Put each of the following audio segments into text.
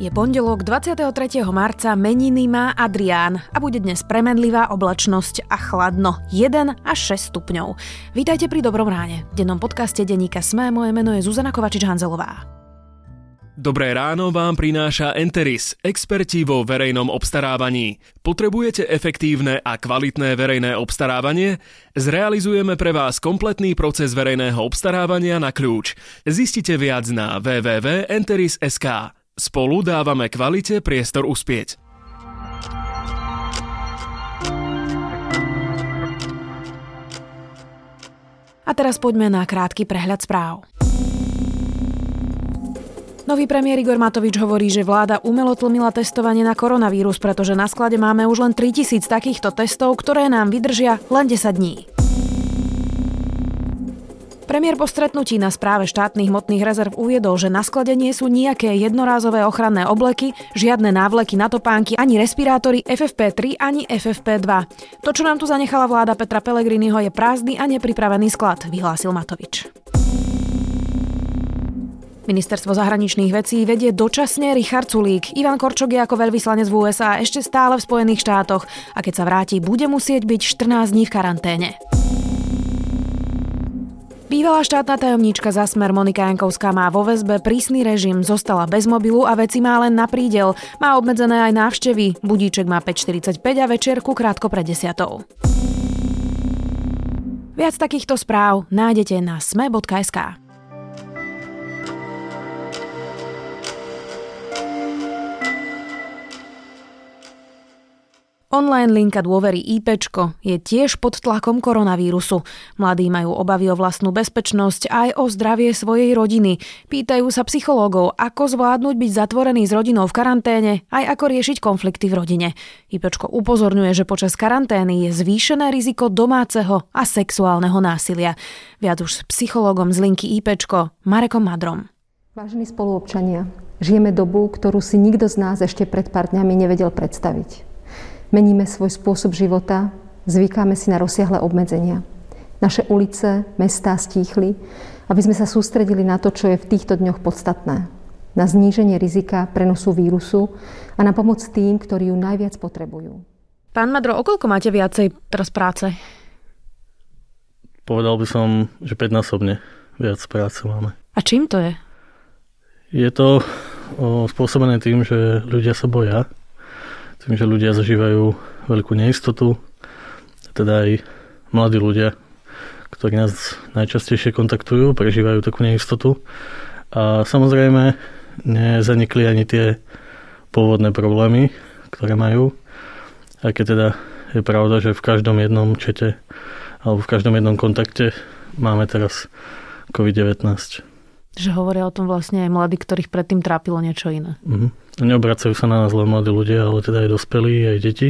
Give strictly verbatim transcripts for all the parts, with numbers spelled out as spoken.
Je pondelok dvadsiateho tretieho marca, meniny má Adrián a bude dnes premenlivá oblačnosť a chladno jeden až šesť stupňov. Vítajte pri Dobrom ráne. V dennom podcaste denníka SME, moje meno je Zuzana Kovačič-Hanzelová. Dobré ráno vám prináša Enteris, experti vo verejnom obstarávaní. Potrebujete efektívne a kvalitné verejné obstarávanie? Zrealizujeme pre vás kompletný proces verejného obstarávania na kľúč. Zistite viac na w w w bodka enteris bodka es ká. Spolu dávame kvalite priestor uspieť. A teraz poďme na krátky prehľad správ. Nový premiér Igor Matovič hovorí, že vláda umelo tlmila testovanie na koronavírus, pretože na sklade máme už len tritisíc takýchto testov, ktoré nám vydržia len desať dní. Premiér po stretnutí na správe štátnych hmotných rezerv uviedol, že na sklade nie sú nejaké jednorázové ochranné obleky, žiadne návleky na topánky, ani respirátory ef ef pé tri, ani ef ef pé dva. To, čo nám tu zanechala vláda Petra Pellegriniho, je prázdny a nepripravený sklad, vyhlásil Matovič. Ministerstvo zahraničných vecí vedie dočasne Richard Sulík. Ivan Korčok je ako veľvyslanec v ú es á ešte stále v Spojených štátoch a keď sa vráti, bude musieť byť štrnásť dní v karanténe. Bývalá štátna tajomníčka za Smer Monika Jankovská má vo väzbe prísny režim, zostala bez mobilu a veci má len na prídel. Má obmedzené aj návštevy. Budíček má päť štyridsaťpäť a večierku krátko pred desiatou. Viac takýchto správ nájdete na sme bodka es ká. Online linka dôvery IPčko je tiež pod tlakom koronavírusu. Mladí majú obavy o vlastnú bezpečnosť aj o zdravie svojej rodiny. Pýtajú sa psychológov, ako zvládnuť byť zatvorený s rodinou v karanténe, aj ako riešiť konflikty v rodine. IPčko upozorňuje, že počas karantény je zvýšené riziko domáceho a sexuálneho násilia. Viac už s psychológom z linky IPčko Marekom Madrom. Vážení spoluobčania, žijeme dobu, ktorú si nikto z nás ešte pred pár dňami nevedel predstaviť. Meníme svoj spôsob života, zvykáme si na rozsiahle obmedzenia. Naše ulice, mestá stíchli, aby sme sa sústredili na to, čo je v týchto dňoch podstatné. Na zníženie rizika prenosu vírusu a na pomoc tým, ktorí ju najviac potrebujú. Pán Madro, o koľko máte viacej teraz práce? Povedal by som, že päťnásobne viac práce máme. A čím to je? Je to o, spôsobené tým, že ľudia sa boja. Tým, že ľudia zažívajú veľkú neistotu, teda aj mladí ľudia, ktorí nás najčastejšie kontaktujú, prežívajú takú neistotu. A samozrejme nezanikli ani tie pôvodné problémy, ktoré majú. Aj keď teda je pravda, že v každom jednom čete alebo v každom jednom kontakte máme teraz covid devätnásť. Že hovoria o tom vlastne aj mladí, ktorých predtým trápilo niečo iné. Mhm. Neobracajú sa na nás len mladí ľudia, ale teda aj dospelí, aj deti.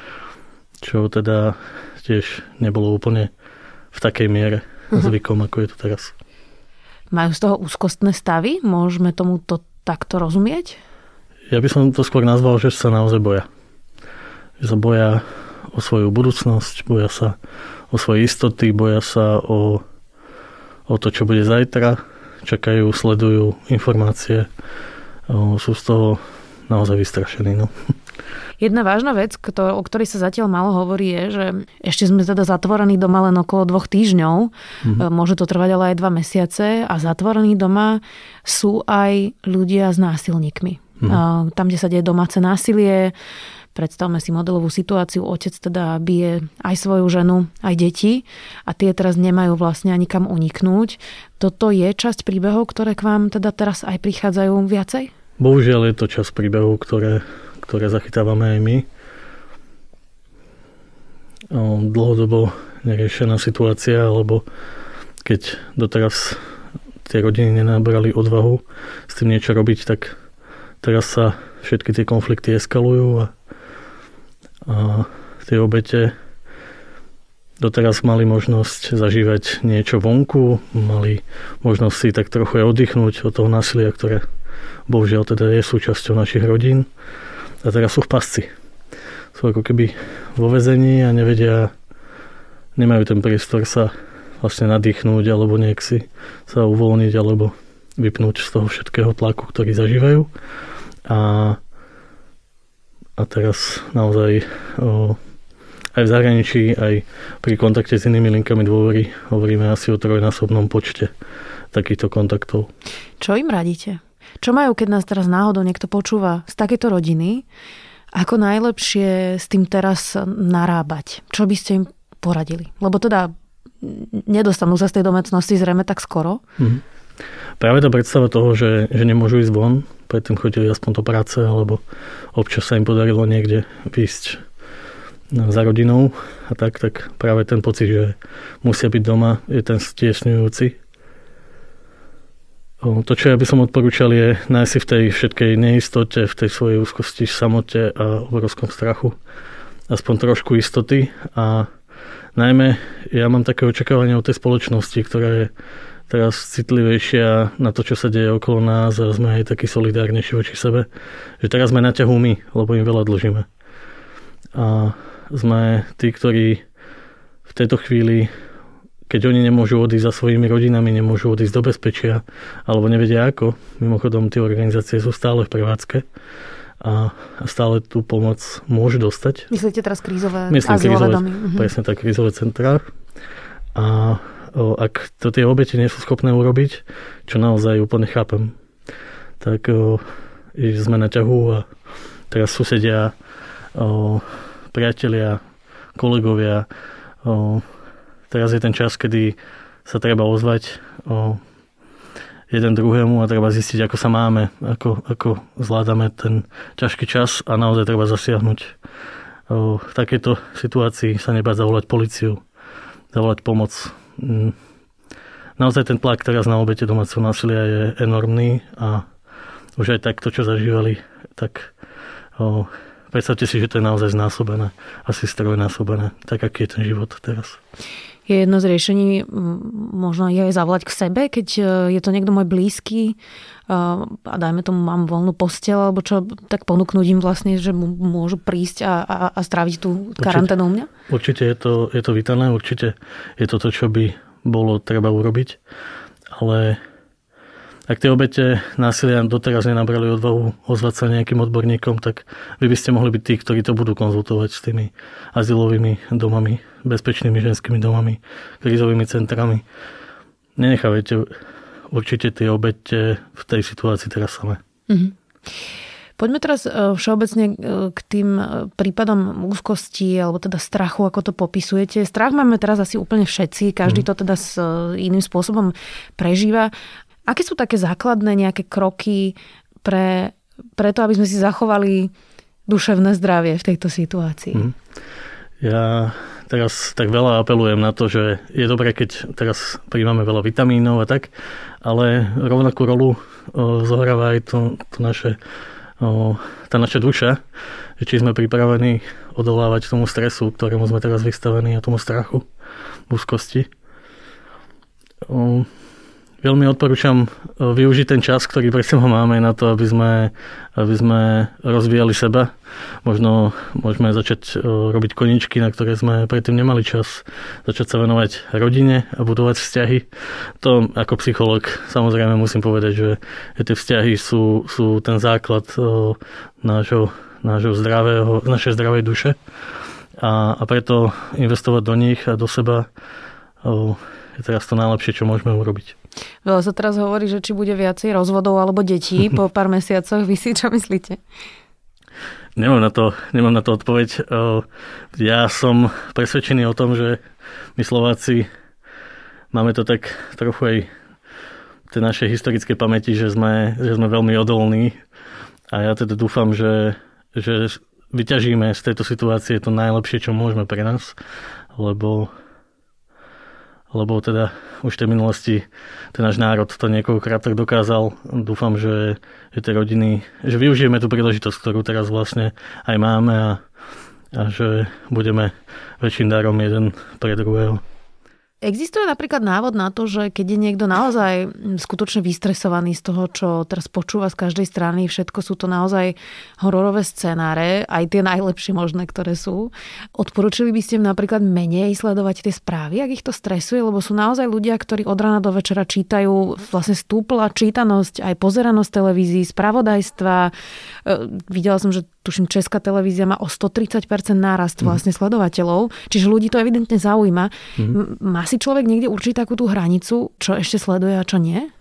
Čo teda tiež nebolo úplne v takej miere uh-huh. zvykom, ako je to teraz. Majú z toho úzkostné stavy? Môžeme tomu to takto rozumieť? Ja by som to skôr nazval, že sa naozaj boja. Že sa boja o svoju budúcnosť, boja sa o svoje istoty, boja sa o, o to, čo bude zajtra. Čakajú, sledujú informácie, sú z toho naozaj vystrašení. No. Jedna vážna vec, kto, o ktorej sa zatiaľ málo hovorí, je, že ešte sme teda zatvorení doma len okolo dvoch týždňov. Mm-hmm. Môže to trvať ale aj dva mesiace a zatvorení doma sú aj ľudia s násilníkmi. Mm-hmm. Tam, kde sa deje domáce násilie, predstavme si modelovú situáciu, otec teda bije aj svoju ženu, aj deti a tie teraz nemajú vlastne ani kam uniknúť. Toto je časť príbehov, ktoré k vám teda teraz aj prichádzajú viacej? Bohužiaľ je to časť príbehov, ktoré, ktoré zachytávame aj my. Dlhodobo neriešená situácia, alebo keď doteraz tie rodiny nenabrali odvahu s tým niečo robiť, tak teraz sa všetky tie konflikty eskalujú a A tie obete doteraz mali možnosť zažívať niečo vonku, mali možnosť si tak trochu aj oddychnúť od toho násilia, ktoré bohužiaľ teda je súčasťou našich rodín. A teraz sú v pasci. Sú ako keby vo väzení a nevedia, nemajú ten priestor sa vlastne nadýchnúť alebo nejak si sa uvoľniť alebo vypnúť z toho všetkého tlaku, ktorý zažívajú. A, a teraz naozaj o, aj v zahraničí, aj pri kontakte s inými linkami dôvery hovoríme asi o trojnásobnom počte takýchto kontaktov. Čo im radíte? Čo majú, keď nás teraz náhodou niekto počúva z takéto rodiny? Ako najlepšie s tým teraz narábať? Čo by ste im poradili? Lebo teda nedostanú sa z tej domácnosti zrejme tak skoro. Mhm. Práve tá predstava toho, že, že nemôžu ísť von, predtým chodili aspoň do práce, alebo občas sa im podarilo niekde výjsť za rodinou a tak, tak práve ten pocit, že musia byť doma, je ten stiesňujúci. To, čo ja by som odporúčal, je nájsť si v tej všetkej neistote, v tej svojej úzkosti, samote a obrovskom strachu aspoň trošku istoty. A najmä ja mám také očakávanie od tej spoločnosti, ktorá je teraz citlivejšia na to, čo sa deje okolo nás a sme aj takí solidárnejší voči sebe, že teraz sme na ťahu my, lebo im veľa dlžíme. A sme tí, ktorí v tejto chvíli, keď oni nemôžu odísť za svojimi rodinami, nemôžu odísť do bezpečia, alebo nevedia ako. Mimochodom, tie organizácie sú stále v prevádzke a stále tú pomoc môžu dostať. Myslíte teraz krízové Myslím, azylové krízové, domy? Mhm. Presne tak, krízové centrá. A o, ak to tie obete nie sú schopné urobiť, čo naozaj úplne chápem, tak o, sme na ťahu a teraz susedia, o, priatelia, kolegovia, o, teraz je ten čas, kedy sa treba ozvať o jeden druhému a treba zistiť, ako sa máme, ako, ako zvládame ten ťažký čas a naozaj treba zasiahnuť. O, v takejto situácii sa nebáť zavolať políciu, zavolať pomoc. Naozaj ten tlak teraz na obete domáceho násilia je enormný a už aj tak to, čo zažívali, tak o, predstavte si, že to je naozaj znásobené, asi strojnásobené, tak aký je ten život teraz. Je jedno z riešení, možno je aj zavolať k sebe, keď je to niekto môj blízky a dajme tomu, mám voľnú posteľ, alebo čo, tak ponúknuť im vlastne, že môžu prísť a, a, a stráviť tú karanténu u mňa? Určite je to, je to vítané, určite je to to, čo by bolo treba urobiť, ale ak tie obete násilia doteraz nenabrali odvahu ozvať sa nejakým odborníkom, tak vy by ste mohli byť tí, ktorí to budú konzultovať s tými azylovými domami, bezpečnými ženskými domami, krízovými centrami. Nenechávajte určite tie obete v tej situácii teraz samé. Mm-hmm. Poďme teraz všeobecne k tým prípadom úzkosti alebo teda strachu, ako to popisujete. Strach máme teraz asi úplne všetci, každý to teda s iným spôsobom prežíva. Aké sú také základné nejaké kroky pre, pre to, aby sme si zachovali duševné zdravie v tejto situácii? Mm. Ja teraz tak veľa apelujem na to, že je dobré, keď teraz príjmame veľa vitamínov a tak, ale rovnakú rolu o, zohráva aj to, to naše, o, tá naša duša, že či sme pripravení odolávať tomu stresu, ktorému sme teraz vystavení a tomu strachu, úzkosti. O, Veľmi odporúčam využiť ten čas, ktorý pred sebou máme na to, aby sme, aby sme rozvíjali seba. Možno môžeme začať robiť koničky, na ktoré sme predtým nemali čas. Začať sa venovať rodine a budovať vzťahy. To ako psychológ samozrejme musím povedať, že tie vzťahy sú, sú ten základ nášho, nášho zdravého, našej zdravej duše. A, a preto investovať do nich a do seba je teraz to najlepšie, čo môžeme urobiť. Veľa sa teraz hovorí, že či bude viacej rozvodov alebo detí po pár mesiacoch. Vy si čo myslíte? Nemám na to, nemám na to odpoveď. Ja som presvedčený o tom, že my Slováci máme to tak trochu aj v tej našej historickej pamäti, že sme, že sme veľmi odolní. A ja teda dúfam, že, že vyťažíme z tejto situácie to najlepšie, čo môžeme pre nás. Lebo lebo teda už v tej minulosti ten náš národ to niekoľkokrát tak dokázal. Dúfam, že, že tie rodiny, že využijeme tú príležitosť, ktorú teraz vlastne aj máme a, a že budeme väčším darom jeden pre druhého. Existuje napríklad návod na to, že keď je niekto naozaj skutočne vystresovaný z toho, čo teraz počúva z každej strany, všetko sú to naozaj hororové scenáre, aj tie najlepšie možné, ktoré sú. Odporúčili by ste im napríklad menej sledovať tie správy, ak ich to stresuje, lebo sú naozaj ľudia, ktorí od rána do večera čítajú, vlastne stúpla čítanosť, aj pozeranosť televízií, spravodajstva. Videla som, že tuším, Česká televízia má o stotridsať percent nárast vlastne sledovateľov, čiže ľudí to evidentne zaujíma. Mm. Má si človek niekde určiť takú tú hranicu, čo ešte sleduje a čo nie?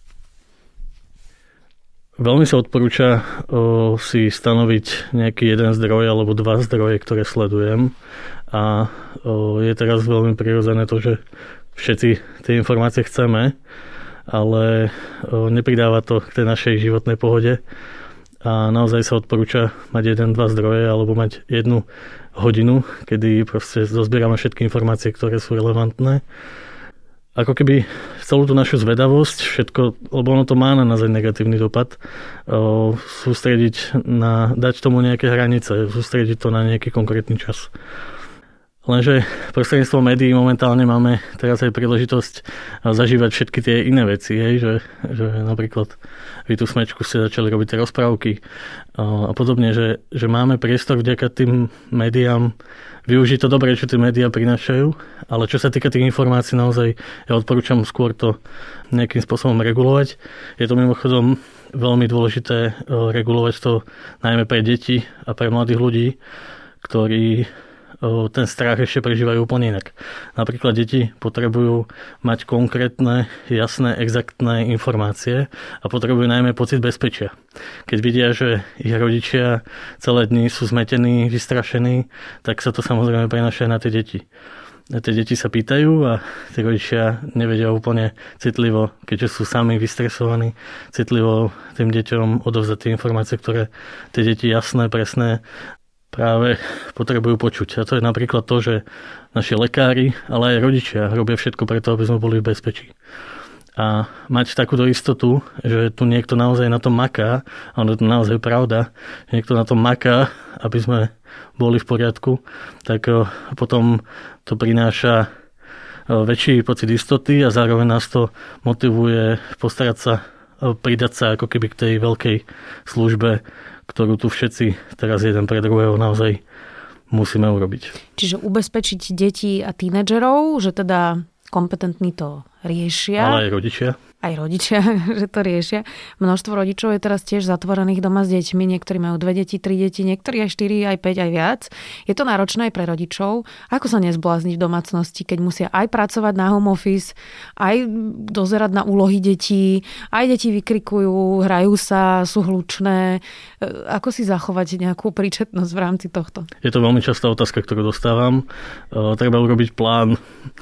Veľmi sa odporúča o, si stanoviť nejaký jeden zdroj alebo dva zdroje, ktoré sledujem. A o, je teraz veľmi prirodzené to, že všetci tie informácie chceme, ale o, nepridáva to k tej našej životnej pohode. A naozaj sa odporúča mať jeden, dva zdroje alebo mať jednu hodinu, kedy proste zozbierame všetky informácie, ktoré sú relevantné. Ako keby celú tú našu zvedavosť, všetko, lebo ono to má na nás aj negatívny dopad, o, sústrediť na, dať tomu nejaké hranice, sústrediť to na nejaký konkrétny čas. Lenže prostredníctvom médií momentálne máme teraz aj príležitosť zažívať všetky tie iné veci, hej, že, že napríklad vy tú smečku ste začali robiť tie rozprávky a podobne, že, že máme priestor vďaka tým médiám využiť to dobre, čo tie médiá prinášajú, ale čo sa týka tých informácií, naozaj ja odporúčam skôr to nejakým spôsobom regulovať. Je to mimochodom veľmi dôležité regulovať to najmä pre deti a pre mladých ľudí, ktorí ten strach ešte prežívajú úplne inak. Napríklad deti potrebujú mať konkrétne, jasné, exaktné informácie a potrebujú najmä pocit bezpečia. Keď vidia, že ich rodičia celé dni sú zmetení, vystrašení, tak sa to samozrejme prenáša na tie deti. A tie deti sa pýtajú a tí rodičia nevedia úplne citlivo, keďže sú sami vystresovaní, citlivo tým deťom odovzdať tie informácie, ktoré tie deti jasné, presné práve potrebujú počuť. A to je napríklad to, že naši lekári, ale aj rodičia robia všetko preto, aby sme boli v bezpečí. A mať takúto istotu, že tu niekto naozaj na tom maká, a ono je to naozaj pravda, že niekto na tom maká, aby sme boli v poriadku, tak potom to prináša väčší pocit istoty a zároveň nás to motivuje postarať sa, pridať sa ako keby k tej veľkej službe, ktorú tu všetci teraz jeden pre druhého naozaj musíme urobiť. Čiže ubezpečiť deti a tínedžerov, že teda kompetentní to riešia. Ale aj rodičia. Aj rodičia, že to riešia. Množstvo rodičov je teraz tiež zatvorených doma s deťmi. Niektorí majú dve deti, tri deti, niektorí aj štyri, aj päť, aj viac. Je to náročné aj pre rodičov. Ako sa nezblázniť v domácnosti, keď musia aj pracovať na home office, aj dozerať na úlohy detí, aj deti vykrikujú, hrajú sa, sú hlučné. Ako si zachovať nejakú príčetnosť v rámci tohto? Je to veľmi častá otázka, ktorú dostávam. Treba urobiť plán,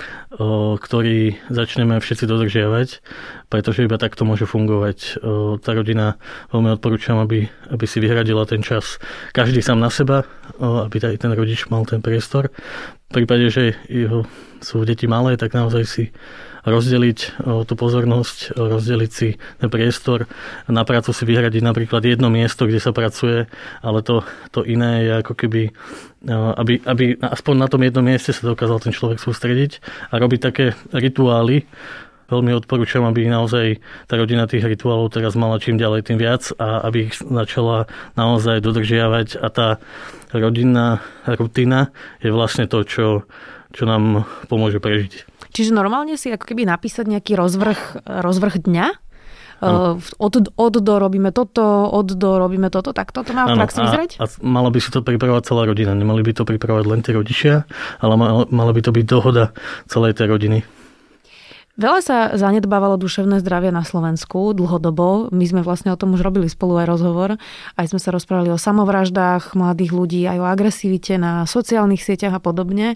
ktorý začneme všetci dodržiavať, pretože iba takto môže fungovať. Tá rodina, veľmi odporúčam, aby, aby si vyhradila ten čas. Každý sám na seba, aby aj ten rodič mal ten priestor. V prípade, že jeho, sú deti malé, tak naozaj si rozdeliť tú pozornosť, rozdeliť si ten priestor. Na prácu si vyhradiť napríklad jedno miesto, kde sa pracuje, ale to, to iné je ako keby, aby, aby aspoň na tom jednom mieste sa dokázal ten človek sústrediť a robiť také rituály. Veľmi odporúčam, aby naozaj tá rodina tých rituálov teraz mala čím ďalej tým viac a aby ich začala naozaj dodržiavať a tá rodinná rutina je vlastne to, čo, čo nám pomôže prežiť. Čiže normálne si ako keby napísať nejaký rozvrh, rozvrh dňa? No. Od, od do robíme toto, od do robíme toto, tak toto má v praxi vyzerať? A, a mala by si to pripravovať celá rodina. Nemali by to pripravovať len tie rodičia, ale mala, mala by to byť dohoda celej tej rodiny. Veľa sa zanedbávalo duševné zdravie na Slovensku dlhodobo. My sme vlastne o tom už robili spolu aj rozhovor. Aj sme sa rozprávali o samovraždách mladých ľudí, aj o agresivite na sociálnych sieťach a podobne.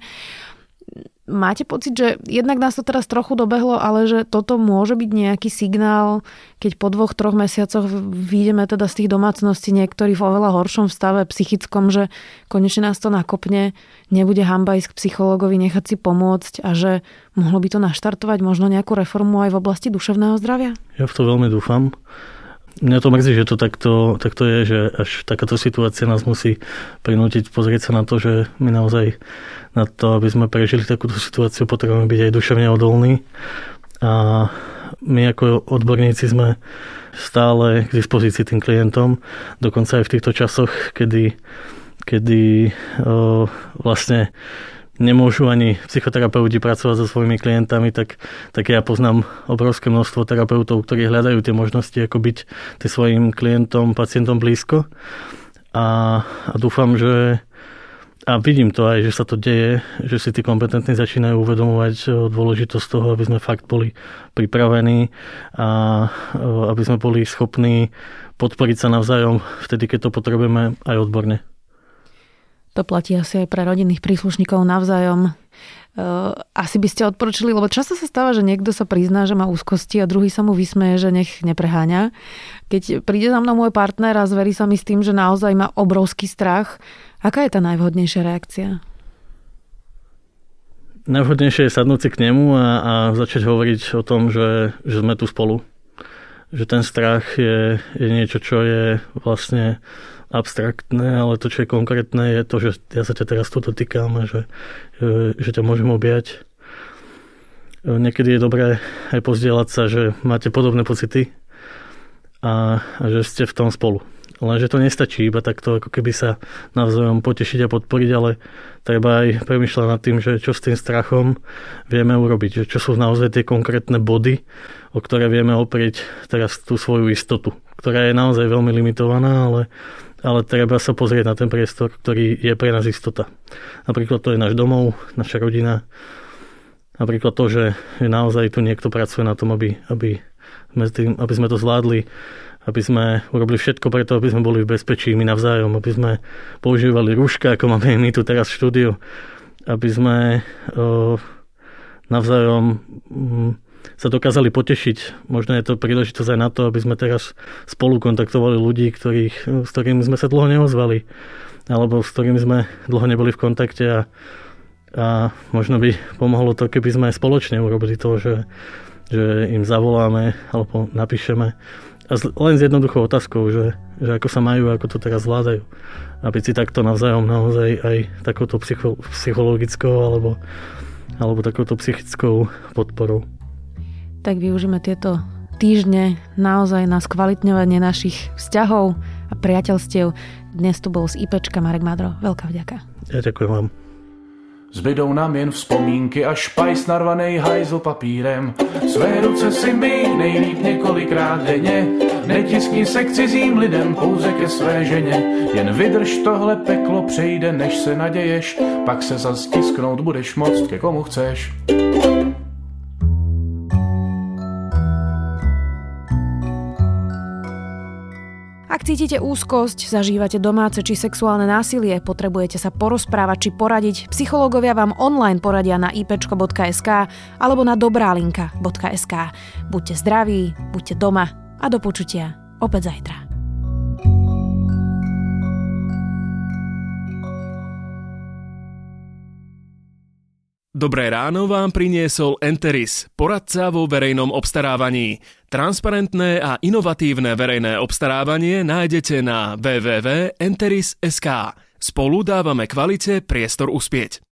Máte pocit, že jednak nás to teraz trochu dobehlo, ale že toto môže byť nejaký signál, keď po dvoch, troch mesiacoch vyjdeme teda z tých domácností niektorí v oveľa horšom stave psychickom, že konečne nás to nakopne, nebude hanba ísť k psychológovi, nechať si pomôcť a že mohlo by to naštartovať možno nejakú reformu aj v oblasti duševného zdravia? Ja v to veľmi dúfam. Mňa to mrzí, že to takto, takto je, že až takáto situácia nás musí prinútiť pozrieť sa na to, že my naozaj na to, aby sme prežili takúto situáciu, potrebujeme byť aj duševne odolní. A my ako odborníci sme stále k dispozícii tým klientom, dokonca aj v týchto časoch, kedy, kedy o, vlastne nemôžu ani psychoterapeuti pracovať so svojimi klientami, tak, tak ja poznám obrovské množstvo terapeutov, ktorí hľadajú tie možnosti, ako byť tým svojim klientom, pacientom blízko. A, a dúfam, že a vidím to aj, že sa to deje, že si tí kompetentní začínajú uvedomovať dôležitosť toho, aby sme fakt boli pripravení a aby sme boli schopní podporiť sa navzájom vtedy, keď to potrebujeme aj odborne. To platí asi aj pre rodinných príslušníkov navzájom. Asi by ste odporúčili, lebo často sa stáva, že niekto sa prizná, že má úzkosti a druhý sa mu vysmeje, že nech nepreháňa. Keď príde za mnou môj partner a zverí sa mi s tým, že naozaj má obrovský strach, aká je tá najvhodnejšia reakcia? Najvhodnejšie je sadnúť si k nemu a, a začať hovoriť o tom, že, že sme tu spolu. Že ten strach je, je niečo, čo je vlastne abstraktné, ale to, čo je konkrétne, je to, že ja sa ťa teraz tu dotýkam a že, že, že ťa môžem objať. Niekedy je dobré aj pozdieľať sa, že máte podobné pocity a, a že ste v tom spolu. Lenže to nestačí iba takto, ako keby sa navzájom potešiť a podporiť, ale treba aj premýšľať nad tým, že čo s tým strachom vieme urobiť, že čo sú naozaj tie konkrétne body, o ktoré vieme oprieť teraz tú svoju istotu, ktorá je naozaj veľmi limitovaná, ale, ale treba sa pozrieť na ten priestor, ktorý je pre nás istota. Napríklad to je náš domov, naša rodina, napríklad to, že naozaj tu niekto pracuje na tom, aby, aby, sme, tým, aby sme to zvládli, aby sme urobili všetko preto, aby sme boli v bezpečí my navzájom, aby sme používali rúška, ako máme my tu teraz v štúdiu, aby sme o, navzájom m, sa dokázali potešiť. Možno je to príležitosť aj na to, aby sme teraz spolu kontaktovali ľudí, ktorých, s ktorými sme sa dlho neozvali, alebo s ktorými sme dlho neboli v kontakte a, a možno by pomohlo to, keby sme spoločne urobili to, že, že im zavoláme alebo napíšeme. A len s jednoduchou otázkou, že, že ako sa majú, ako to teraz zvládajú. Aby si takto navzájom naozaj aj takouto psycho, psychologickou alebo, alebo takouto psychickou podporou. Tak využíme tieto týždne naozaj na skvalitňovanie našich vzťahov a priateľstiev. Dnes tu bol z IPčka Marek Madro. Veľká vďaka. Ja ďakujem vám. Zbydou nám jen vzpomínky a špajs narvanej hajzl papírem. Své ruce si myj nejlíp několikrát denně. Netiskni se k cizím lidem, pouze ke své ženě. Jen vydrž, tohle peklo přejde, než se naděješ. Pak se zas tisknout budeš moct, ke komu chceš. Ak cítite úzkosť, zažívate domáce či sexuálne násilie, potrebujete sa porozprávať či poradiť, psychológovia vám online poradia na ipečko bodka es ká alebo na dobrálinka bodka es ká. Buďte zdraví, buďte doma a do počutia opäť zajtra. Dobré ráno vám priniesol Enteris, poradca vo verejnom obstarávaní. Transparentné a inovatívne verejné obstarávanie nájdete na w w w bodka enteris bodka es ká. Spolu dávame kvalite priestor uspieť.